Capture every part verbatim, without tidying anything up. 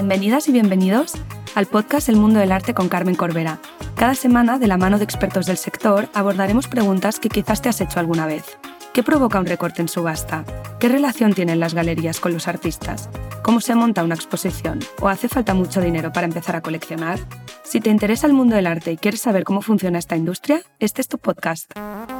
Bienvenidas y bienvenidos al podcast El Mundo del Arte con Carmen Corbera. Cada semana, de la mano de expertos del sector, abordaremos preguntas que quizás te has hecho alguna vez. ¿Qué provoca un recorte en subasta? ¿Qué relación tienen las galerías con los artistas? ¿Cómo se monta una exposición? ¿O hace falta mucho dinero para empezar a coleccionar? Si te interesa el mundo del arte y quieres saber cómo funciona esta industria, este es tu podcast.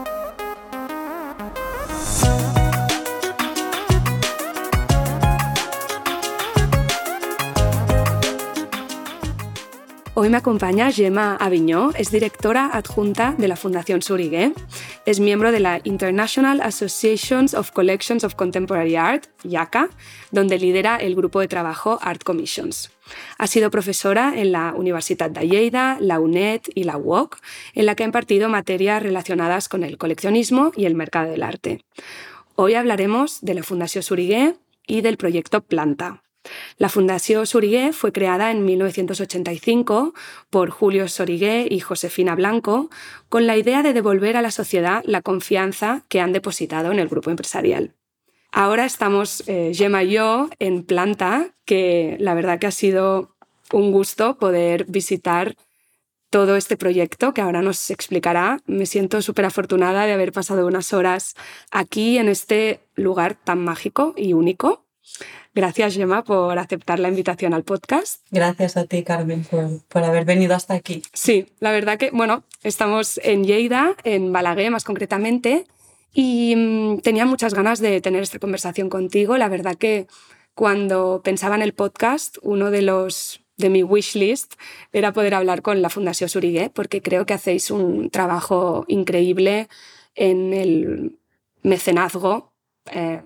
Hoy me acompaña Gemma Aviñó, es directora adjunta de la Fundación Surigué, es miembro de la International Association of Collections of Contemporary Art, I A C A, donde lidera el grupo de trabajo Art Commissions. Ha sido profesora en la Universitat de Lleida, la UNED y la U O C, en la que ha impartido materias relacionadas con el coleccionismo y el mercado del arte. Hoy hablaremos de la Fundació Surigué y del proyecto Planta. La Fundació Surigué fue creada en mil novecientos ochenta y cinco por Julio Sorigué y Josefina Blanco con la idea de devolver a la sociedad la confianza que han depositado en el grupo empresarial. Ahora estamos, eh, Gemma y yo, en Planta, que la verdad que ha sido un gusto poder visitar todo este proyecto que ahora nos explicará. Me siento súper afortunada de haber pasado unas horas aquí en este lugar tan mágico y único. Gracias, Gemma, por aceptar la invitación al podcast. Gracias a ti, Carmen, por, por haber venido hasta aquí. Sí, la verdad que, bueno, estamos en Lleida, en Balaguer más concretamente, y mmm, tenía muchas ganas de tener esta conversación contigo. La verdad que cuando pensaba en el podcast, uno de los de mi wishlist era poder hablar con la Fundació Surigué, porque creo que hacéis un trabajo increíble en el mecenazgo eh,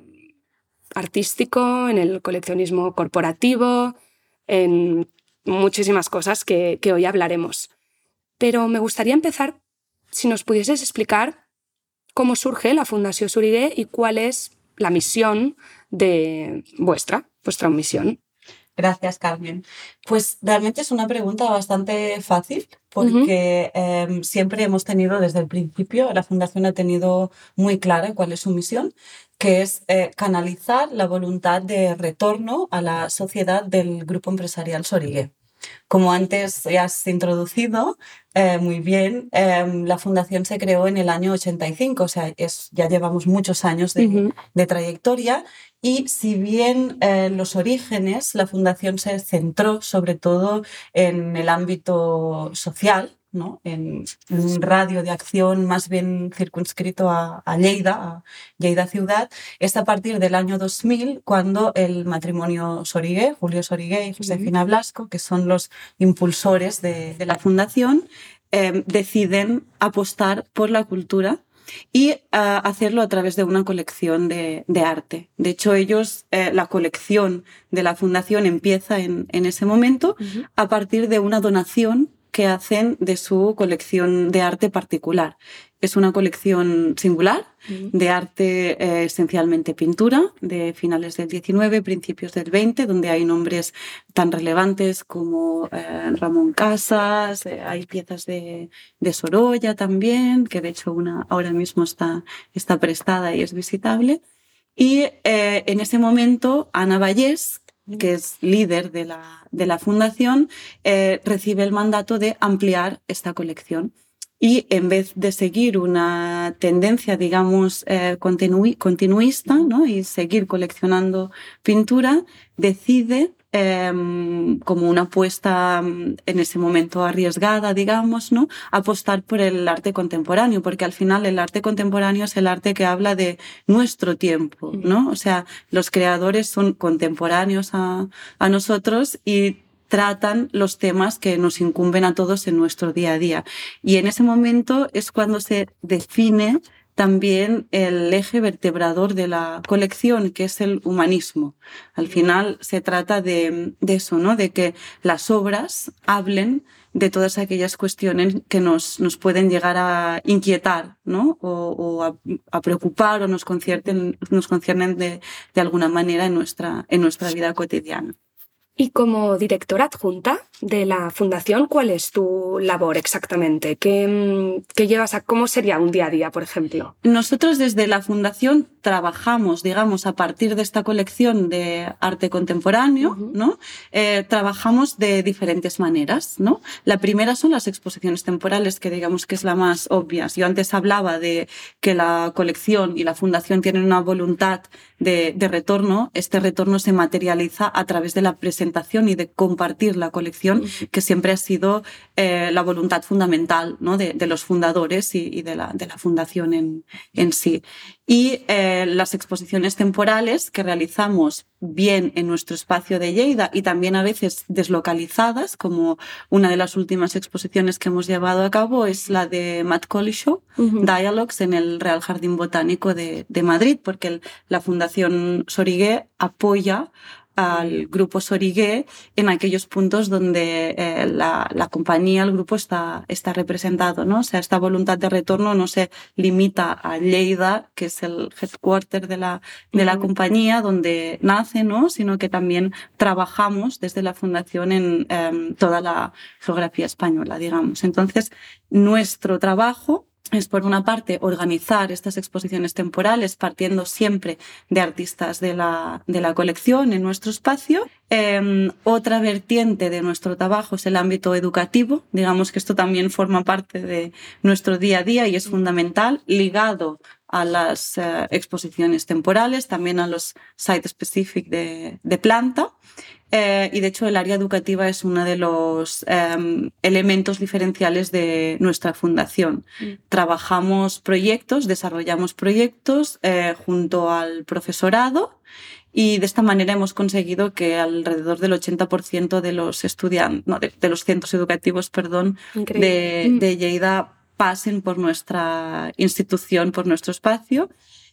artístico, en el coleccionismo corporativo, en muchísimas cosas que, que hoy hablaremos. Pero me gustaría empezar, si nos pudieses explicar cómo surge la Fundació Surigué y cuál es la misión de vuestra, vuestra misión. Gracias, Carmen. Pues realmente es una pregunta bastante fácil porque uh-huh. eh, siempre hemos tenido desde el principio, la Fundación ha tenido muy clara cuál es su misión, que es eh, canalizar la voluntad de retorno a la sociedad del grupo empresarial Sorigué. Como antes ya has introducido eh, muy bien, eh, la Fundación se creó en el año ochenta y cinco, o sea, es, ya llevamos muchos años de, uh-huh. de trayectoria y si bien eh, los orígenes, la Fundación se centró sobre todo en el ámbito social, ¿no? En un radio de acción más bien circunscrito a, a Lleida, a Lleida ciudad, es a partir del año dos mil cuando el matrimonio Sorigué, Julio Sorigué y Josefina Blasco, que son los impulsores de, de la Fundación, eh, deciden apostar por la cultura y uh, hacerlo a través de una colección de, de arte. De hecho, ellos, eh, la colección de la Fundación empieza en, en ese momento uh-huh. a partir de una donación que hacen de su colección de arte particular. Es una colección singular uh-huh. de arte eh, esencialmente pintura de finales del diecinueve, principios del veinte, donde hay nombres tan relevantes como eh, Ramón Casas, eh, hay piezas de, de Sorolla también, que de hecho una ahora mismo está, está prestada y es visitable. Y eh, en ese momento Ana Vallés, que es líder de la, de la Fundación, eh, recibe el mandato de ampliar esta colección. Y en vez de seguir una tendencia, digamos, eh, continu- continuista, ¿no? y seguir coleccionando pintura, decide, eh, como una apuesta en ese momento arriesgada, digamos, ¿no? apostar por el arte contemporáneo, porque al final el arte contemporáneo es el arte que habla de nuestro tiempo, ¿no? O sea, los creadores son contemporáneos a, a nosotros y tratan los temas que nos incumben a todos en nuestro día a día. Y en ese momento es cuando se define también el eje vertebrador de la colección, que es el humanismo. Al final se trata de, de eso, ¿no? De que las obras hablen de todas aquellas cuestiones que nos, nos pueden llegar a inquietar, ¿no? O, o a, a preocupar o nos conciernen, nos conciernen de, de alguna manera en nuestra, en nuestra vida cotidiana. Y como directora adjunta de la Fundación, ¿cuál es tu labor exactamente? ¿Qué, qué llevas a, ¿Cómo sería un día a día, por ejemplo? Nosotros desde la Fundación trabajamos, digamos, a partir de esta colección de arte contemporáneo, uh-huh. ¿no? Eh, trabajamos de diferentes maneras, ¿no? La primera son las exposiciones temporales, que digamos que es la más obvia. Yo antes hablaba de que la colección y la fundación tienen una voluntad de, de retorno. Este retorno se materializa a través de la presentación y de compartir la colección, uh-huh. que siempre ha sido eh, la voluntad fundamental, ¿no? de, de los fundadores y, y de, la, de la fundación en, en sí. Y eh, las exposiciones temporales que realizamos bien en nuestro espacio de Lleida y también a veces deslocalizadas, como una de las últimas exposiciones que hemos llevado a cabo es la de Matt Collishaw, uh-huh. Dialogues, en el Real Jardín Botánico de, de Madrid, porque el, la Fundación Sorigué apoya al grupo Sorigué en aquellos puntos donde eh, la, la compañía, el grupo está, está representado, ¿no? O sea, esta voluntad de retorno no se limita a Lleida, que es el headquarter de la, de la compañía donde nace, ¿no? Sino que también trabajamos desde la fundación en eh, toda la geografía española, digamos. Entonces, nuestro trabajo es, por una parte, organizar estas exposiciones temporales partiendo siempre de artistas de la, de la colección en nuestro espacio. Eh, otra vertiente de nuestro trabajo es el ámbito educativo. Digamos que esto también forma parte de nuestro día a día y es fundamental, ligado a las eh, exposiciones temporales, también a los site-specific de, de planta. Eh, y de hecho el área educativa es uno de los eh, elementos diferenciales de nuestra fundación. Mm. Trabajamos proyectos, desarrollamos proyectos eh, junto al profesorado y de esta manera hemos conseguido que alrededor del ochenta por ciento de los estudiantes, no, de, de los centros educativos, perdón, de, mm. de Lleida pasen por nuestra institución, por nuestro espacio.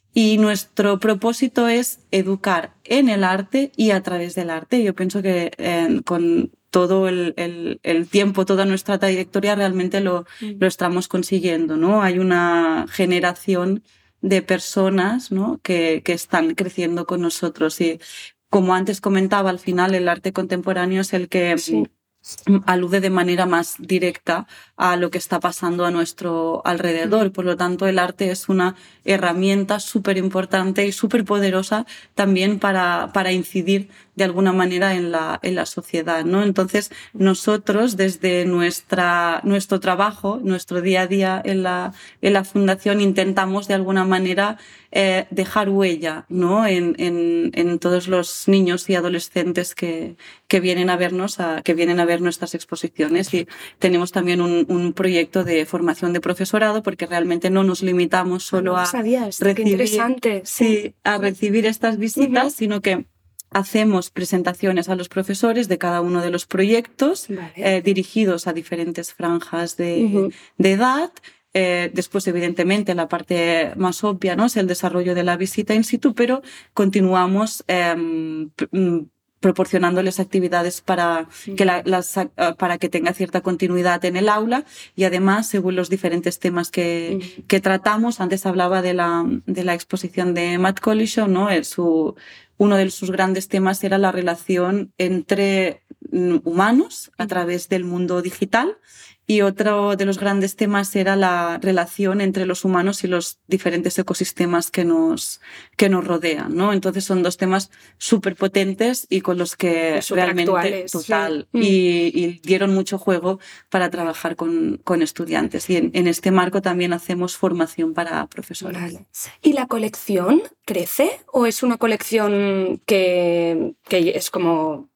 Y nuestro propósito es educar en el arte y a través del arte. Yo pienso que eh, con todo el, el, el tiempo, toda nuestra trayectoria realmente lo, lo estamos consiguiendo, ¿no? Hay una generación de personas, ¿no? que, que están creciendo con nosotros. Y como antes comentaba, al final el arte contemporáneo es el que... Sí. alude de manera más directa a lo que está pasando a nuestro alrededor. Por lo tanto, el arte es una herramienta súper importante y súper poderosa también para, para incidir de alguna manera en la, en la sociedad, ¿no? Entonces, nosotros desde nuestra, nuestro trabajo, nuestro día a día en la, en la fundación, intentamos de alguna manera eh, dejar huella, ¿no? En, en, en todos los niños y adolescentes que, que vienen a vernos, a, que vienen a ver nuestras exposiciones. Y tenemos también un, un proyecto de formación de profesorado, porque realmente no nos limitamos solo no a sabías, recibir, qué interesante. Sí, a recibir estas visitas, uh-huh. sino que hacemos presentaciones a los profesores de cada uno de los proyectos, vale. eh, dirigidos a diferentes franjas de, uh-huh. de edad. Eh, después, evidentemente, la parte más obvia, ¿no? Es el desarrollo de la visita in situ, pero continuamos eh, proporcionándoles actividades para que, la, las, para que tenga cierta continuidad en el aula y además, según los diferentes temas que, uh-huh. que tratamos, antes hablaba de la, de la exposición de Matt Collishaw, ¿no? El, su, uno de sus grandes temas era la relación entre humanos a través del mundo digital. Y otro de los grandes temas era la relación entre los humanos y los diferentes ecosistemas que nos, que nos rodean, ¿no? Entonces son dos temas súper potentes y con los que realmente actuales, total sí. y, y dieron mucho juego para trabajar con, con estudiantes. Y en, en este marco también hacemos formación para profesores. Vale. ¿Y la colección crece o es una colección que, que es como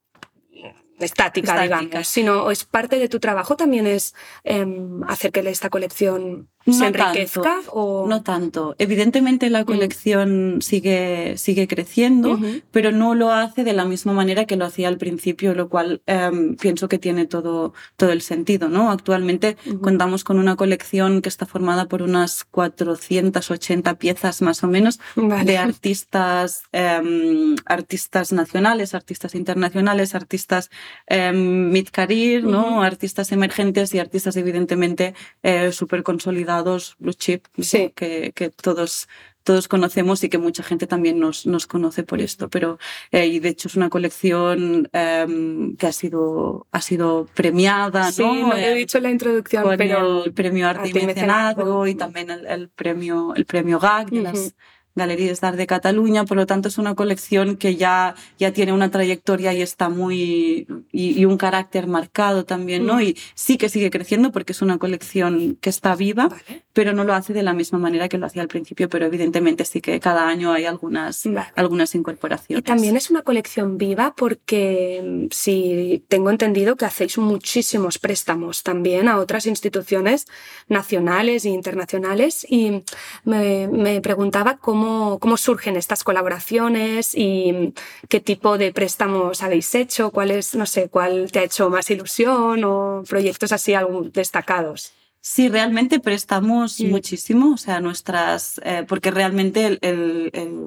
estática, Estática, digamos, sino es parte de tu trabajo también es eh, hacer que esta colección se no enriquezca? Tanto, o... No tanto. Evidentemente la colección mm. sigue, sigue creciendo, uh-huh. pero no lo hace de la misma manera que lo hacía al principio, lo cual eh, pienso que tiene todo, todo el sentido, ¿no? Actualmente uh-huh. contamos con una colección que está formada por unas cuatrocientas ochenta piezas más o menos vale. de artistas, eh, artistas nacionales, artistas internacionales, artistas eh, mid-career, ¿no? Uh-huh. Artistas emergentes y artistas evidentemente eh, súper consolidados, blue chip, sí. que, que todos, todos conocemos y que mucha gente también nos, nos conoce por esto. Pero, eh, y de hecho es una colección eh, que ha sido, ha sido premiada, sí, ¿no? Sí, no he dicho en la introducción, con pero el premio Arte y Mecenazgo y también el, el premio, el premio G A C de, uh-huh. las, Galeries d'Art de Cataluña, por lo tanto es una colección que ya, ya tiene una trayectoria y está muy, y, y un carácter marcado también, ¿no? Mm. Y sí que sigue creciendo porque es una colección que está viva, vale. Pero no lo hace de la misma manera que lo hacía al principio, pero evidentemente sí que cada año hay algunas, vale. algunas incorporaciones. Y también es una colección viva porque sí, tengo entendido que hacéis muchísimos préstamos también a otras instituciones nacionales e internacionales y me, me preguntaba cómo, cómo surgen estas colaboraciones y qué tipo de préstamos habéis hecho, cuál es, no sé, cuál te ha hecho más ilusión o proyectos así destacados. Sí, realmente prestamos mm. muchísimo, o sea, nuestras, eh, porque realmente el, el, el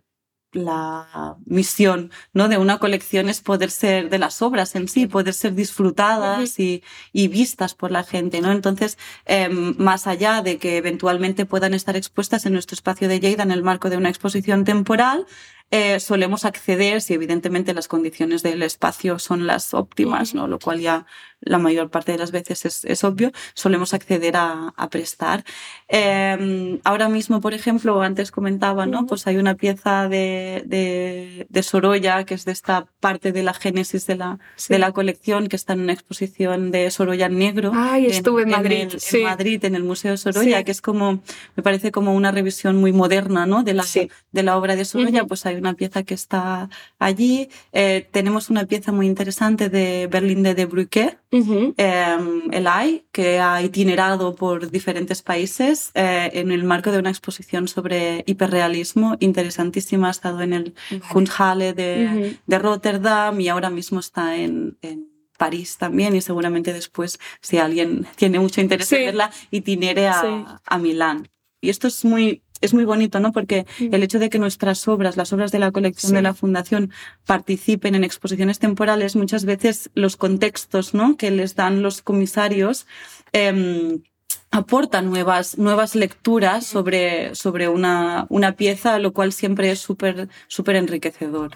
la misión, ¿no? de una colección es poder ser, de las obras en sí, poder ser disfrutadas y, y vistas por la gente, ¿no? Entonces, eh, más allá de que eventualmente puedan estar expuestas en nuestro espacio de Lleida en el marco de una exposición temporal, eh, solemos acceder, si evidentemente las condiciones del espacio son las óptimas, ¿no? Lo cual ya la mayor parte de las veces es, es obvio, solemos acceder a, a prestar. Eh, ahora mismo, por ejemplo, antes comentaba, ¿no? Pues hay una pieza de, de, de Sorolla, que es de esta parte de la génesis de la, sí. de la colección, que está en una exposición de Sorolla en negro. Ay, estuve en, en Madrid. En, el, sí. en Madrid, en el Museo Sorolla, sí. que es como, me parece como una revisión muy moderna, ¿no? De la, sí. de la obra de Sorolla, uh-huh. pues hay una pieza que está allí. Eh, tenemos una pieza muy interesante de Berlinde de Brücke, uh-huh. eh, el A I, que ha itinerado por diferentes países eh, en el marco de una exposición sobre hiperrealismo interesantísima. Ha estado en el vale. Kunsthalle de, uh-huh. de Rotterdam y ahora mismo está en, en París también y seguramente después, si alguien tiene mucho interés sí. en verla, itinere a, sí. a Milán. Y esto es muy... Es muy bonito, ¿no? Porque el hecho de que nuestras obras, las obras de la colección sí. de la Fundación, participen en exposiciones temporales, muchas veces los contextos, ¿no? que les dan los comisarios eh, aportan nuevas, nuevas lecturas sobre, sobre una, una pieza, lo cual siempre es súper, súper enriquecedor.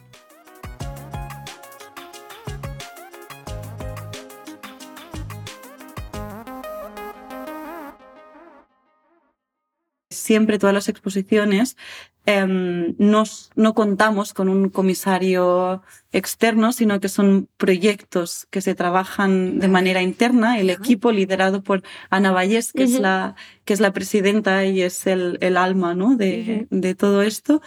Siempre todas las exposiciones eh, nos, no contamos con un comisario externo, sino que son proyectos que se trabajan de manera interna. El equipo liderado por Ana Vallés, que, uh-huh. es, la, que es la presidenta y es el, el alma, ¿no? de, uh-huh. de todo esto.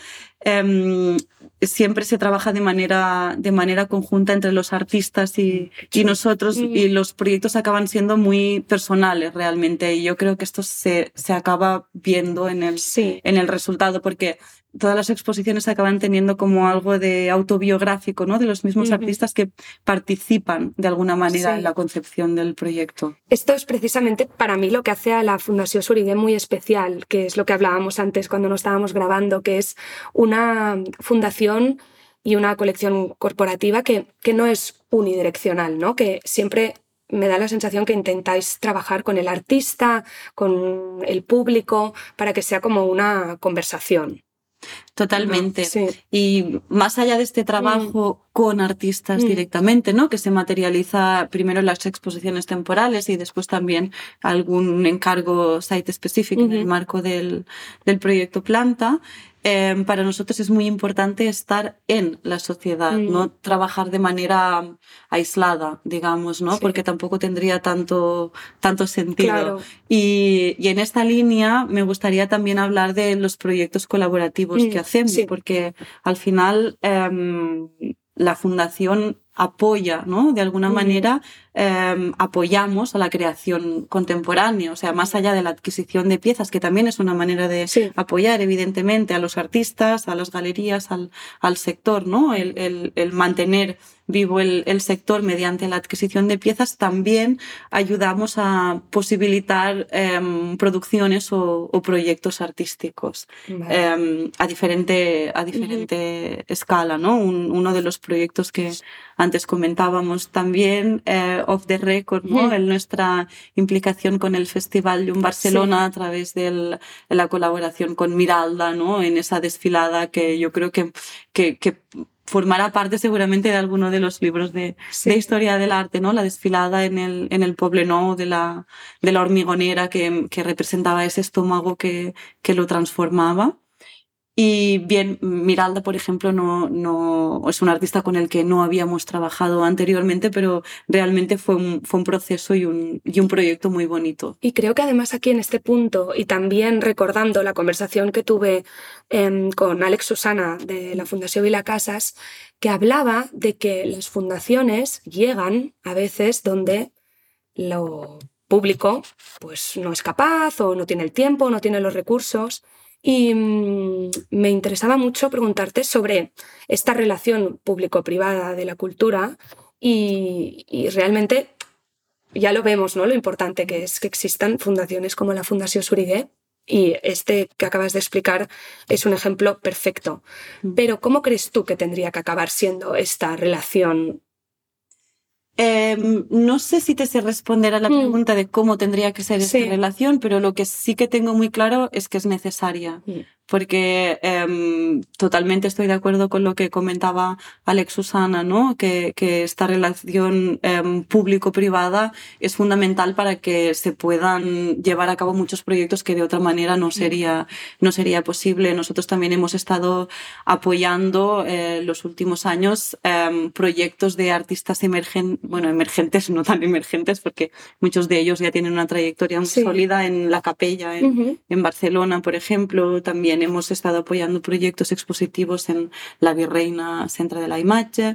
Eh, siempre se trabaja de manera, de manera conjunta entre los artistas y, y nosotros uh-huh. y los proyectos acaban siendo muy personales realmente y yo creo que esto se, se acaba viendo en el, sí. en el resultado porque todas las exposiciones acaban teniendo como algo de autobiográfico, ¿no? De los mismos uh-huh. artistas que participan de alguna manera sí. en la concepción del proyecto. Esto es precisamente para mí lo que hace a la Fundació Soriguer muy especial, que es lo que hablábamos antes cuando nos estábamos grabando, que es una fundación y una colección corporativa que, que no es unidireccional, ¿no? Que siempre me da la sensación que intentáis trabajar con el artista, con el público, para que sea como una conversación. Totalmente. Sí. Y más allá de este trabajo mm. con artistas mm. directamente, ¿no? Que se materializa primero en las exposiciones temporales y después también algún encargo site específico mm-hmm. en el marco del, del proyecto Planta. Eh, para nosotros es muy importante estar en la sociedad, mm. no trabajar de manera aislada, digamos, ¿no? Sí. Porque tampoco tendría tanto, tanto sentido. Claro. Y, y en esta línea me gustaría también hablar de los proyectos colaborativos mm. que hacemos, sí. porque al final eh, la Fundación apoya, ¿no? De alguna uh-huh. manera eh, apoyamos a la creación contemporánea, o sea, más allá de la adquisición de piezas, que también es una manera de sí. apoyar, evidentemente, a los artistas, a las galerías, al, al sector, ¿no? El, el, el mantener vivo el, el sector mediante la adquisición de piezas, también ayudamos a posibilitar eh, producciones o, o proyectos artísticos vale. eh, a diferente, a diferente uh-huh. escala, ¿no? Un, uno de los proyectos que antes comentábamos también, eh, Off the Record, ¿no? Uh-huh. En nuestra implicación con el Festival Llum Barcelona sí. a través del, de la colaboración con Miralda, ¿no? En esa desfilada que yo creo que, que, que formará parte seguramente de alguno de los libros de, sí. de historia del arte, ¿no? La desfilada en el, en el Poblenou de la, de la hormigonera que, que representaba ese estómago que, que lo transformaba. Y bien, Miralda, por ejemplo, no, no es un artista con el que no habíamos trabajado anteriormente, pero realmente fue un, fue un proceso y un, y un proyecto muy bonito. Y creo que además aquí en este punto, y también recordando la conversación que tuve eh, con Alex Susana de la Fundación Vila Casas, que hablaba de que las fundaciones llegan a veces donde lo público pues, no es capaz o no tiene el tiempo, no tiene los recursos. Y mmm, me interesaba mucho preguntarte sobre esta relación público-privada de la cultura y, y realmente ya lo vemos, ¿no? Lo importante que es que existan fundaciones como la Fundación Xuriguer, y este que acabas de explicar es un ejemplo perfecto. Pero ¿cómo crees tú que tendría que acabar siendo esta relación? Eh, no sé si te sé responder a la pregunta mm. de cómo tendría que ser esta sí. relación, pero lo que sí que tengo muy claro es que es necesaria. Mm. Porque eh, totalmente estoy de acuerdo con lo que comentaba Alex Susana, ¿no? Que, que esta relación eh, público-privada es fundamental para que se puedan llevar a cabo muchos proyectos que de otra manera no sería, no sería posible. Nosotros también hemos estado apoyando en eh, los últimos años eh, proyectos de artistas emergentes, bueno, emergentes, no tan emergentes, porque muchos de ellos ya tienen una trayectoria muy sí. sólida en La Capella, en, uh-huh. en Barcelona, por ejemplo. También hemos estado apoyando proyectos expositivos en la Virreina Centre de la Imatge.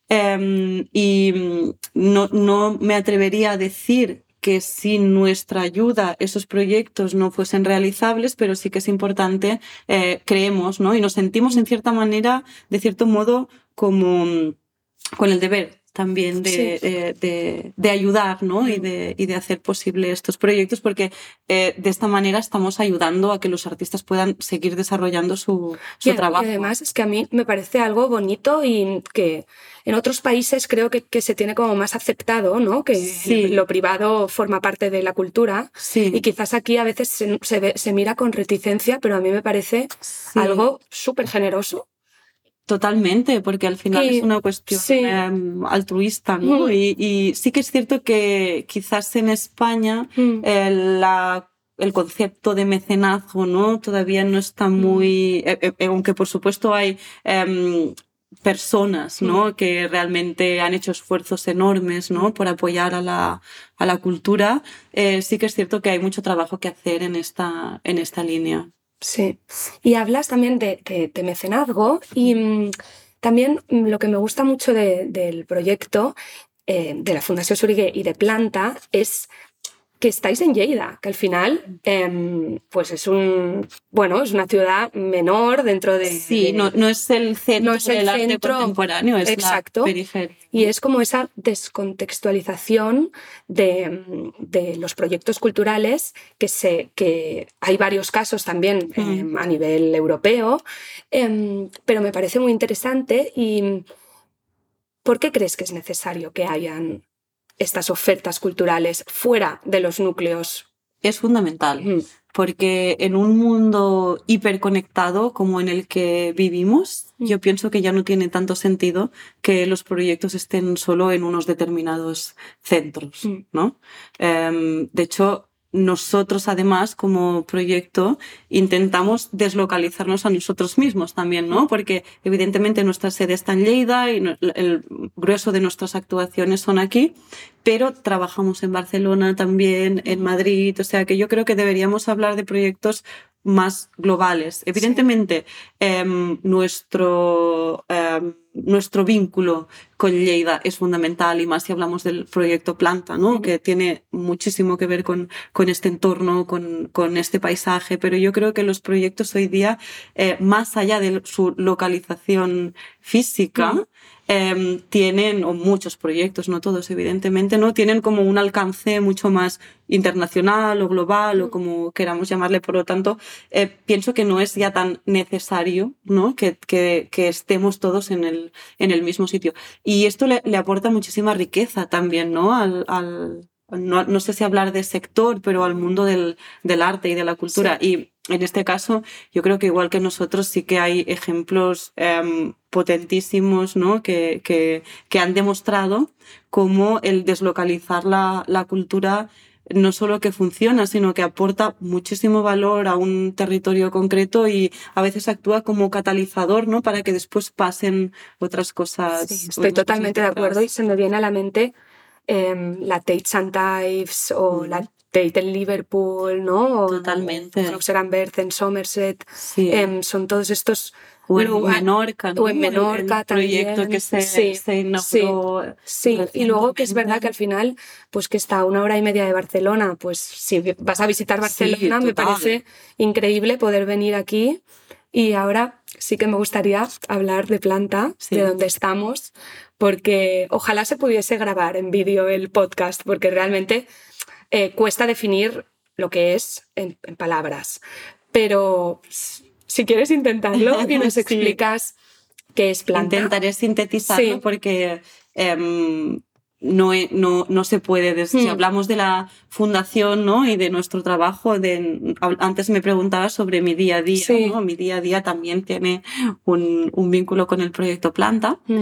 Eh, y no, no me atrevería a decir que sin nuestra ayuda esos proyectos no fuesen realizables, pero sí que es importante, eh, creemos, ¿no? Y nos sentimos en cierta manera, de cierto modo, como con el deber también de, sí. de, de, de ayudar, ¿no? Y de, y de hacer posible estos proyectos, porque eh, de esta manera estamos ayudando a que los artistas puedan seguir desarrollando su, su y, trabajo. Y además es que a mí me parece algo bonito y que en otros países creo que, que se tiene como más aceptado, ¿no? Que sí. lo privado forma parte de la cultura sí. y quizás aquí a veces se, se, ve, se mira con reticencia, pero a mí me parece sí. algo súper generoso. Totalmente, porque al final y, es una cuestión sí. eh, altruista, ¿no? Mm. Y, y sí que es cierto que quizás en España mm. eh, la, el concepto de mecenazgo, ¿no? Todavía no está muy... Mm. Eh, eh, aunque por supuesto hay... Eh, personas, ¿no? Mm. que realmente han hecho esfuerzos enormes, ¿no? por apoyar a la, a la cultura, eh, sí que es cierto que hay mucho trabajo que hacer en esta, en esta línea. Sí, y hablas también de, de, de mecenazgo y mmm, también lo que me gusta mucho de, del proyecto eh, de la Fundación Xuriguer y de Planta es que estáis en Lleida, que al final eh, pues es un bueno es una ciudad menor dentro de... Sí, de, no, no es el centro no es el del centro, arte contemporáneo, es exacto, la periferia. Y es como esa descontextualización de, de los proyectos culturales, que, se, que hay varios casos también mm. eh, a nivel europeo, eh, pero me parece muy interesante. Y ¿por qué crees que es necesario que hayan estas ofertas culturales fuera de los núcleos? Es fundamental, mm. porque en un mundo hiperconectado como en el que vivimos, mm. yo pienso que ya no tiene tanto sentido que los proyectos estén solo en unos determinados centros, mm. ¿no? Um, de hecho, nosotros además como proyecto intentamos deslocalizarnos a nosotros mismos también, ¿no? Porque evidentemente nuestra sede está en Lleida y el grueso de nuestras actuaciones son aquí, pero trabajamos en Barcelona también, en Madrid, o sea que yo creo que deberíamos hablar de proyectos más globales. Evidentemente, sí. eh, nuestro, eh, nuestro vínculo con Lleida es fundamental, y más si hablamos del proyecto Planta, ¿no? Uh-huh. Que tiene muchísimo que ver con, con este entorno, con, con este paisaje, pero yo creo que los proyectos hoy día, eh, más allá de su localización física, uh-huh. Eh, tienen, o muchos proyectos, no todos evidentemente, ¿no? Tienen como un alcance mucho más internacional o global, o como queramos llamarle. Por lo tanto, eh, pienso que no es ya tan necesario, ¿no? que, que, que estemos todos en el, en el mismo sitio. Y esto le, le aporta muchísima riqueza también, ¿no? Al, al, no, no sé si hablar de sector, pero al mundo del, del arte y de la cultura. Sí. Y en este caso, yo creo que igual que nosotros sí que hay ejemplos eh, potentísimos, ¿no? que, que, que han demostrado cómo el deslocalizar la, la cultura no solo que funciona, sino que aporta muchísimo valor a un territorio concreto y a veces actúa como catalizador, ¿no? Para que después pasen otras cosas. Sí, estoy totalmente de acuerdo y se me viene a la mente eh, la Tate Saint Ives o mm. la Tate en Liverpool, ¿no? O, totalmente. O Fox Berth en Somerset. Sí. Eh, son todos estos... O en Menorca, ¿no? O en Menorca el, el también. proyecto que se, sí, se inauguró. Sí, sí. Y luego que es verdad que al final, pues que está a una hora y media de Barcelona, pues si vas a visitar Barcelona, sí, me parece increíble poder venir aquí. Y ahora sí que me gustaría hablar de Planta, sí. de donde estamos, porque ojalá se pudiese grabar en vídeo el podcast, porque realmente eh, cuesta definir lo que es en, en palabras. Pero si quieres intentarlo y nos sí. explicas qué es Planta. Intentaré sintetizarlo sí. porque eh, no, no, no se puede. Desde, mm. Si hablamos de la fundación, ¿no? y de nuestro trabajo, de, antes me preguntabas sobre mi día a día. Sí. ¿no? Mi día a día también tiene un, un vínculo con el proyecto Planta. Mm.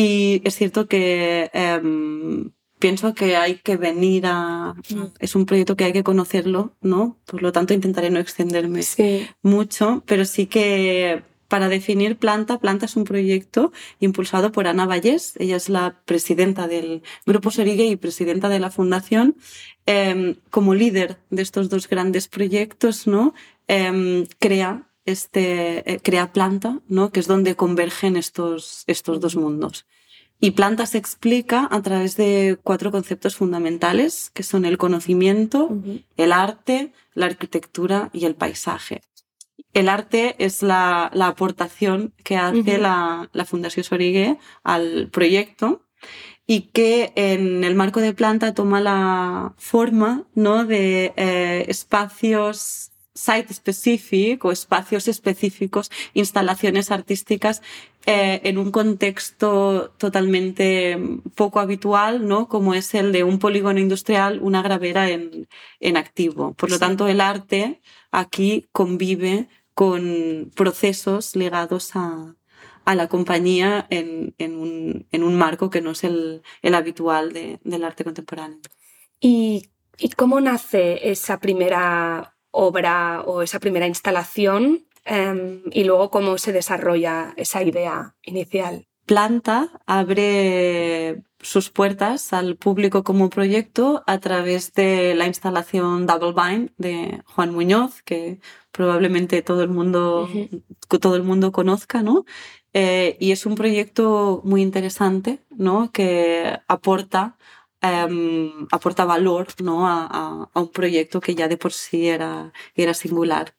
Y es cierto que... Eh, pienso que hay que venir a... Es un proyecto que hay que conocerlo, ¿no? Por lo tanto, intentaré no extenderme sí. mucho, pero sí que para definir Planta, Planta es un proyecto impulsado por Ana Vallés. Ella es la presidenta del Grupo Sorigue y presidenta de la Fundación. Eh, como líder de estos dos grandes proyectos, ¿no? Eh, crea este, eh, crea Planta, ¿no? Que es donde convergen estos, estos dos mundos. Y Planta se explica a través de cuatro conceptos fundamentales, que son el conocimiento, uh-huh. el arte, la arquitectura y el paisaje. El arte es la, la aportación que hace uh-huh. la, la Fundació Sorigue al proyecto y que en el marco de Planta toma la forma, ¿no? de eh, espacios site-specific o espacios específicos, instalaciones artísticas eh, en un contexto totalmente poco habitual, ¿no? Como es el de un polígono industrial, una gravera en, en activo. Por lo sí. tanto, el arte aquí convive con procesos ligados a, a la compañía en, en, un, en un marco que no es el, el habitual de, del arte contemporáneo. ¿Y, ¿Y cómo nace esa primera obra o esa primera instalación um, y luego cómo se desarrolla esa idea inicial? Planta abre sus puertas al público como proyecto a través de la instalación Double Bind de Juan Muñoz, que probablemente todo el mundo, uh-huh. todo el mundo conozca, ¿no? Eh, y es un proyecto muy interesante, ¿no? Que aporta Um, aporta valor, ¿no? a, a, a un proyecto que ya de por sí era, era singular.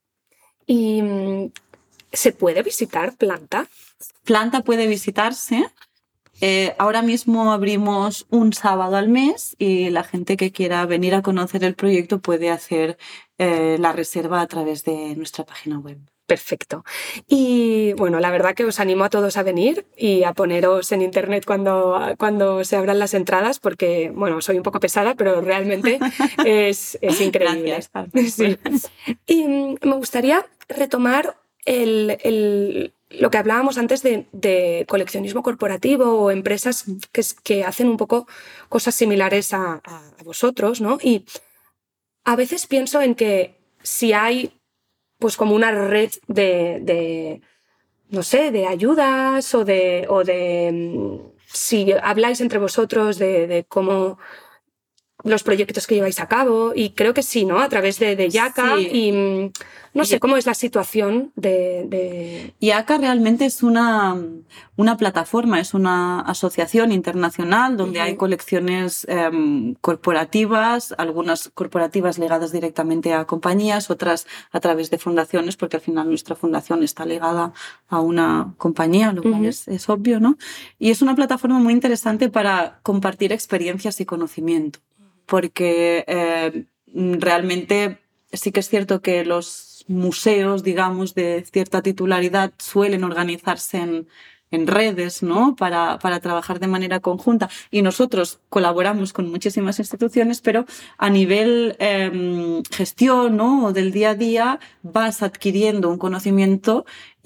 ¿Y se puede visitar Planta? Planta puede visitarse. Eh, ahora mismo abrimos un sábado al mes y la gente que quiera venir a conocer el proyecto puede hacer eh, la reserva a través de nuestra página web. Perfecto. Y bueno, la verdad que os animo a todos a venir y a poneros en internet cuando, cuando se abran las entradas, porque, bueno, soy un poco pesada, pero realmente es, es increíble. Gracias. Sí. Y me gustaría retomar el, el, lo que hablábamos antes de, de coleccionismo corporativo o empresas que, que hacen un poco cosas similares a, a vosotros, ¿no? Y a veces pienso en que si hay pues como una red de, de no sé, de ayudas o de, o de si habláis entre vosotros de, de cómo los proyectos que lleváis a cabo, y creo que sí, ¿no? A través de, de Yaka sí. y no sé, ¿cómo es la situación de...? de... Yaka realmente es una, una plataforma, es una asociación internacional donde uh-huh. hay colecciones eh, corporativas, algunas corporativas ligadas directamente a compañías, otras a través de fundaciones, porque al final nuestra fundación está ligada a una compañía, lo cual uh-huh. es, es obvio, ¿no? Y es una plataforma muy interesante para compartir experiencias y conocimiento, porque eh, realmente sí que es cierto que los museos, digamos, de cierta titularidad suelen organizarse en, en redes, ¿no? Para, para trabajar de manera conjunta. Y nosotros colaboramos con muchísimas instituciones, pero a nivel eh, gestión, ¿no? O del día a día vas adquiriendo un conocimiento y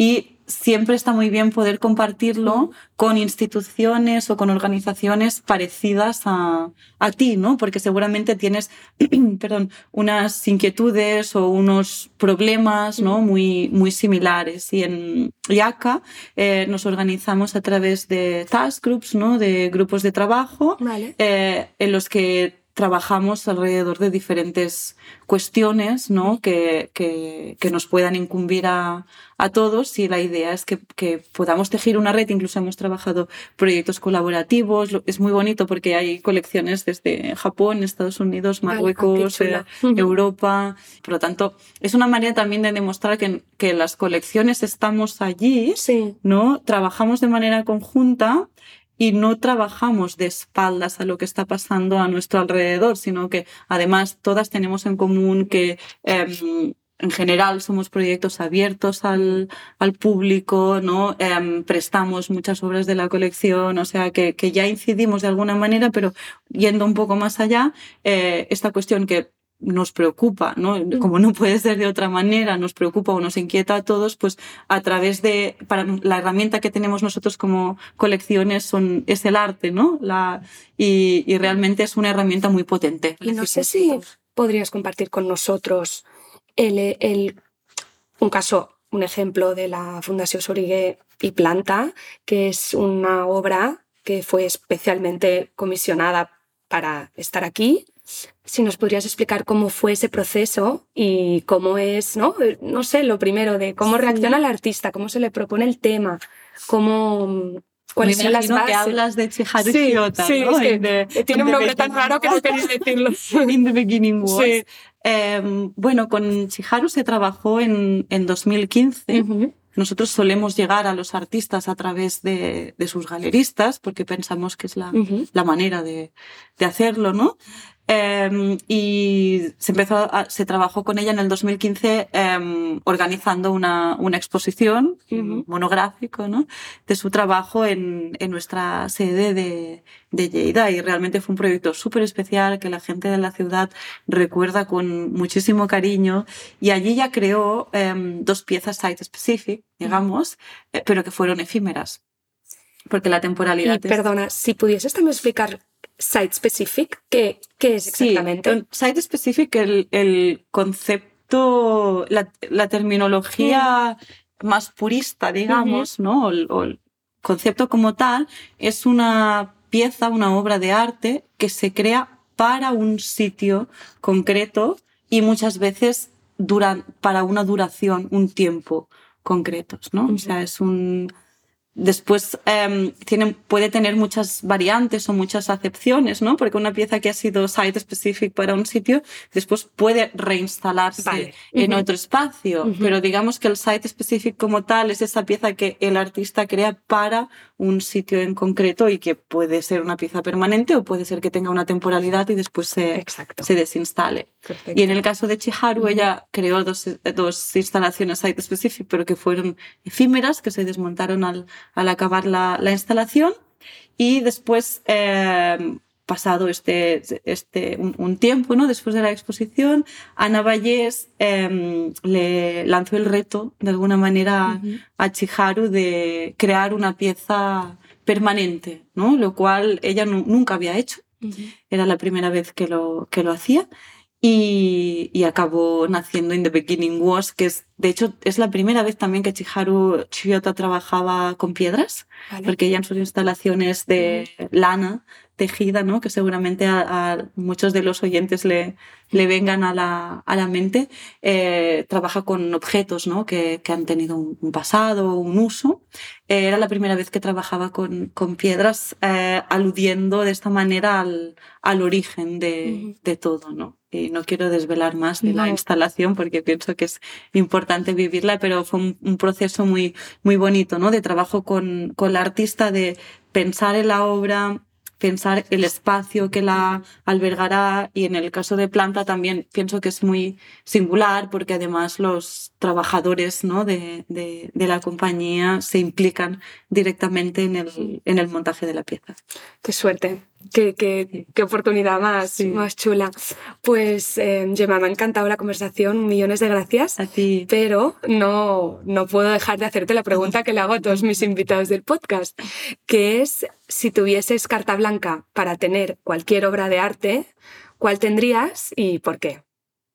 siempre está muy bien poder compartirlo con instituciones o con organizaciones parecidas a, a ti, ¿no? Porque seguramente tienes perdón, unas inquietudes o unos problemas, ¿no? muy, muy similares. Y en Yaka eh, nos organizamos a través de task groups, ¿no? De grupos de trabajo, vale. eh, en los que trabajamos alrededor de diferentes cuestiones, ¿no? que, que, que nos puedan incumbir a, a todos, y la idea es que, que podamos tejer una red. Incluso hemos trabajado proyectos colaborativos. Es muy bonito porque hay colecciones desde Japón, Estados Unidos, Marruecos, vale. eh, Europa. Por lo tanto, es una manera también de demostrar que, que las colecciones estamos allí, sí. ¿no? Trabajamos de manera conjunta y no trabajamos de espaldas a lo que está pasando a nuestro alrededor, sino que además todas tenemos en común que eh, en general somos proyectos abiertos al, al público, ¿no? Eh, prestamos muchas obras de la colección, o sea que, que ya incidimos de alguna manera, pero yendo un poco más allá, eh, esta cuestión que nos preocupa, ¿no? Como no puede ser de otra manera, nos preocupa o nos inquieta a todos, pues a través de, para la herramienta que tenemos nosotros como colecciones son, es el arte, ¿no? La, y, y realmente es una herramienta muy potente. Y no sé si podrías compartir con nosotros el, el, un caso, un ejemplo de la Fundació Soriguer y Planta, que es una obra que fue especialmente comisionada para estar aquí. Si nos podrías explicar cómo fue ese proceso y cómo es, ¿no? No sé, lo primero de cómo sí. reacciona el artista, cómo se le propone el tema, cómo... ¿Cuáles son las bases? Que hablas de Chiharu sí, Shiota, sí, ¿no? es que the, tiene un nombre tan raro que no quería decirlo. In the beginning was. Sí. Eh, bueno, con Chiharu se trabajó en, en dos mil quince. Uh-huh. Nosotros solemos llegar a los artistas a través de, de sus galeristas porque pensamos que es la, uh-huh. la manera de, de hacerlo, ¿no? Eh, y se empezó a, se trabajó con ella en el dos mil quince eh, organizando una, una exposición, uh-huh. un monográfico, ¿no? De su trabajo en, en nuestra sede de, de Lleida, y realmente fue un proyecto súper especial que la gente de la ciudad recuerda con muchísimo cariño, y allí ya creó eh, dos piezas site-specific, digamos, uh-huh. eh, pero que fueron efímeras, porque la temporalidad... Y, es... perdona, si pudieses también explicar site-specific, ¿qué, ¿qué es exactamente? Sí, site-specific, el, el concepto, la, la terminología mm. más purista, digamos, uh-huh. ¿no? O, o el concepto como tal es una pieza, una obra de arte que se crea para un sitio concreto y muchas veces duran, para una duración, un tiempo concretos, ¿no? Uh-huh. O sea, es un... Después eh, tiene, puede tener muchas variantes o muchas acepciones, ¿no? Porque una pieza que ha sido site-specific para un sitio, después puede reinstalarse vale. en uh-huh. otro espacio. Uh-huh. Pero digamos que el site-specific como tal es esa pieza que el artista crea para un sitio en concreto y que puede ser una pieza permanente o puede ser que tenga una temporalidad y después se, se desinstale. Perfecto. Y en el caso de Chiharu, uh-huh. ella creó dos, dos instalaciones site-specific, pero que fueron efímeras, que se desmontaron al al acabar la, la instalación, y después, eh, pasado este, este un, un tiempo, ¿no? Después de la exposición, Ana Vallés eh, le lanzó el reto, de alguna manera, uh-huh. a Chiharu de crear una pieza permanente, ¿no? Lo cual ella no, nunca había hecho. Uh-huh. Era la primera vez que lo, que lo hacía. Y, y acabó naciendo In the Beginning Was, que es, de hecho, es la primera vez también que Chiharu Shiota trabajaba con piedras, vale. Porque ella en sus instalaciones de uh-huh. lana tejida, ¿no? Que seguramente a, a muchos de los oyentes le, le vengan a la, a la mente, eh, trabaja con objetos, ¿no? Que, que han tenido un, un pasado, un uso. Eh, era la primera vez que trabajaba con, con piedras, eh, aludiendo de esta manera al, al origen de, uh-huh. de todo, ¿no? Y no quiero desvelar más de no. la instalación porque pienso que es importante vivirla, pero fue un, un proceso muy, muy bonito, ¿no? De trabajo con, con la artista, de pensar en la obra, pensar el espacio que la albergará, y en el caso de Planta también pienso que es muy singular porque además los trabajadores, ¿no? de, de, de la compañía se implican directamente en el, en el montaje de la pieza. Qué suerte. Qué, qué, qué oportunidad más, sí. más chula. Pues, eh, Gemma, me ha encantado la conversación, millones de gracias. A ti. Pero no, no puedo dejar de hacerte la pregunta que le hago a todos mis invitados del podcast, que es, si tuvieses carta blanca para tener cualquier obra de arte, ¿cuál tendrías y por qué?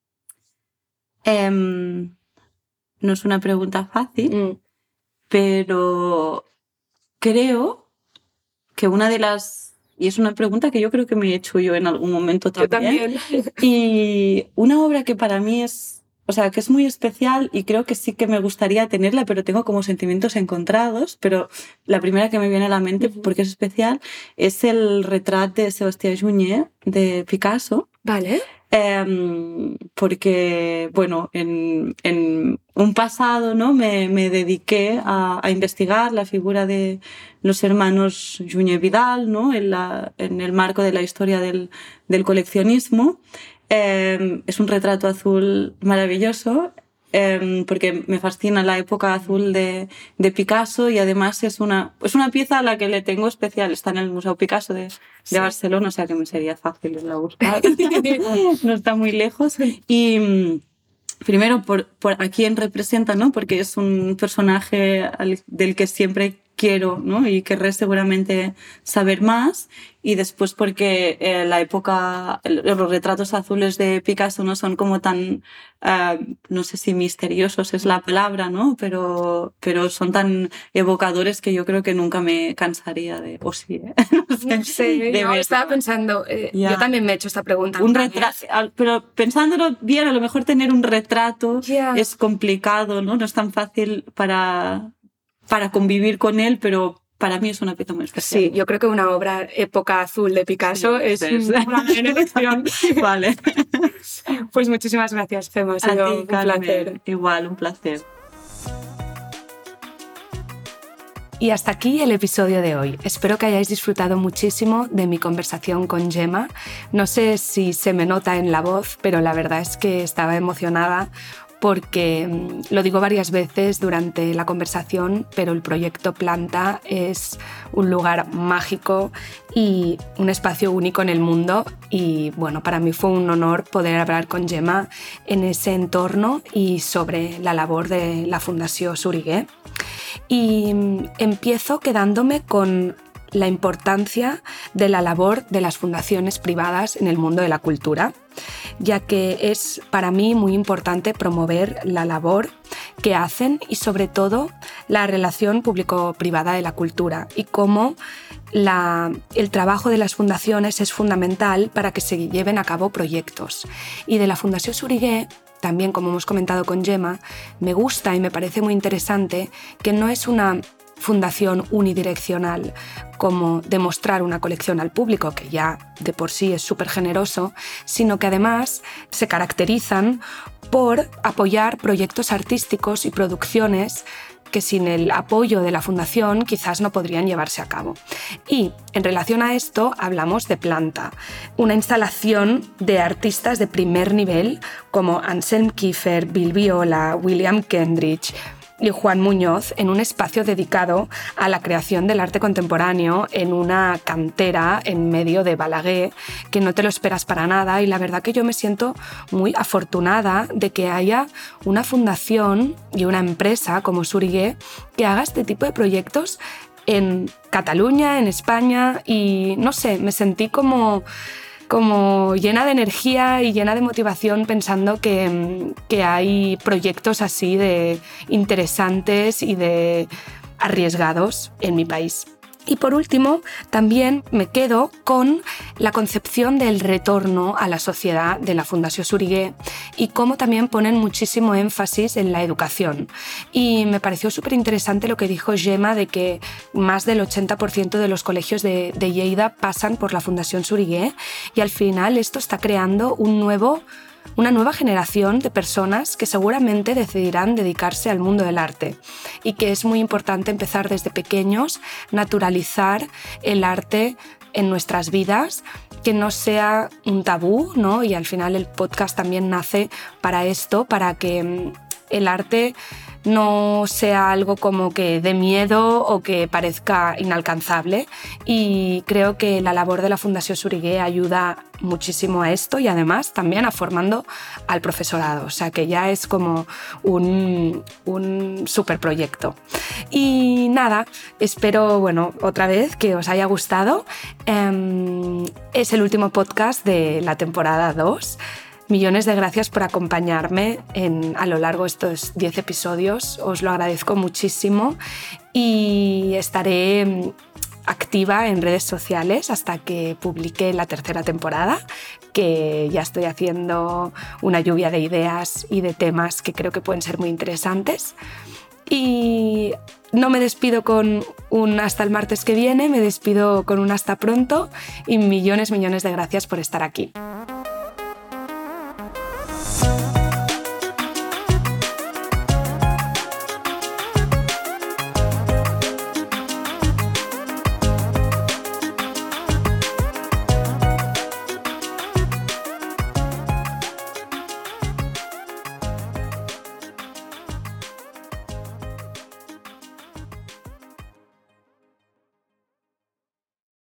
Um, no es una pregunta fácil, mm. pero creo que una de las... Y es una pregunta que yo creo que me he hecho yo en algún momento también. Yo también. Y una obra que para mí es, o sea, que es muy especial y creo que sí que me gustaría tenerla, pero tengo como sentimientos encontrados. Pero la primera que me viene a la mente, uh-huh. porque es especial, es el retrato de Sébastien Junier de Picasso. Vale. Eh, porque, bueno, en, en un pasado, ¿no? me, me dediqué a, a investigar la figura de los hermanos Junier Vidal, ¿no? en, la, en el marco de la historia del, del coleccionismo. Eh, es un retrato azul maravilloso, eh, porque me fascina la época azul de, de Picasso y además es una, es una pieza a la que le tengo especial. Está en el Museo Picasso de, sí. de Barcelona, o sea que me sería fácil irla a buscar. No está muy lejos. Y primero, por, por a quién representa, ¿no? Porque es un personaje al, del que siempre quiero, ¿no? Y querré seguramente saber más. Y después porque eh, la época, los retratos azules de Picasso no son como tan, uh, no sé si misteriosos es la palabra, ¿no? Pero, pero son tan evocadores que yo creo que nunca me cansaría de, o sí, ¿eh? No sé, no sé de no, estaba pensando, eh, yeah. yo también me he hecho esta pregunta. Un retrato, pero pensándolo bien, a lo mejor tener un retrato yeah. es complicado, ¿no? No es tan fácil para, para convivir con él, pero para mí es una pieza muy especial. Sí, yo creo que una obra época azul de Picasso sí, es es una gran elección. Vale. Pues muchísimas gracias, Gemma. Ha sido A ti, un Carmen. placer. Igual, un placer. Y hasta aquí el episodio de hoy. Espero que hayáis disfrutado muchísimo de mi conversación con Gemma. No sé si se me nota en la voz, pero la verdad es que estaba emocionada porque lo digo varias veces durante la conversación, pero el proyecto Planta es un lugar mágico y un espacio único en el mundo y bueno, para mí fue un honor poder hablar con Gemma en ese entorno y sobre la labor de la Fundació Soriguer. Y empiezo quedándome con la importancia de la labor de las fundaciones privadas en el mundo de la cultura, ya que es para mí muy importante promover la labor que hacen y sobre todo la relación público-privada de la cultura y cómo la, el trabajo de las fundaciones es fundamental para que se lleven a cabo proyectos. Y de la Fundació Soriguer, también como hemos comentado con Gemma, me gusta y me parece muy interesante que no es una fundación unidireccional como demostrar una colección al público, que ya de por sí es súper generoso, sino que además se caracterizan por apoyar proyectos artísticos y producciones que sin el apoyo de la fundación quizás no podrían llevarse a cabo. Y en relación a esto hablamos de Planta, una instalación de artistas de primer nivel como Anselm Kiefer, Bill Viola, William Kendrick y Juan Muñoz en un espacio dedicado a la creación del arte contemporáneo en una cantera en medio de Balaguer, que no te lo esperas para nada, y la verdad que yo me siento muy afortunada de que haya una fundación y una empresa como Soriguer que haga este tipo de proyectos en Cataluña, en España, y no sé, me sentí como... como llena de energía y llena de motivación pensando que, que hay proyectos así de interesantes y de arriesgados en mi país. Y por último, también me quedo con la concepción del retorno a la sociedad de la Fundació Soriguer y cómo también ponen muchísimo énfasis en la educación. Y me pareció súper interesante lo que dijo Gemma de que más del ochenta por ciento de los colegios de, de Lleida pasan por la Fundació Soriguer y al final esto está creando un nuevo una nueva generación de personas que seguramente decidirán dedicarse al mundo del arte y que es muy importante empezar desde pequeños, naturalizar el arte en nuestras vidas, que no sea un tabú, ¿no? Y al final el podcast también nace para esto, para que el arte no sea algo como que dé miedo o que parezca inalcanzable, y creo que la labor de la Fundació Soriguer ayuda muchísimo a esto y además también a formando al profesorado, o sea que ya es como un, un superproyecto. Y nada, espero, bueno, otra vez que os haya gustado. Eh, es el último podcast de la temporada dos. Millones de gracias por acompañarme en, a lo largo de estos diez episodios, os lo agradezco muchísimo y estaré activa en redes sociales hasta que publique la tercera temporada, que ya estoy haciendo una lluvia de ideas y de temas que creo que pueden ser muy interesantes. Y no me despido con un hasta el martes que viene, me despido con un hasta pronto y millones, millones de gracias por estar aquí.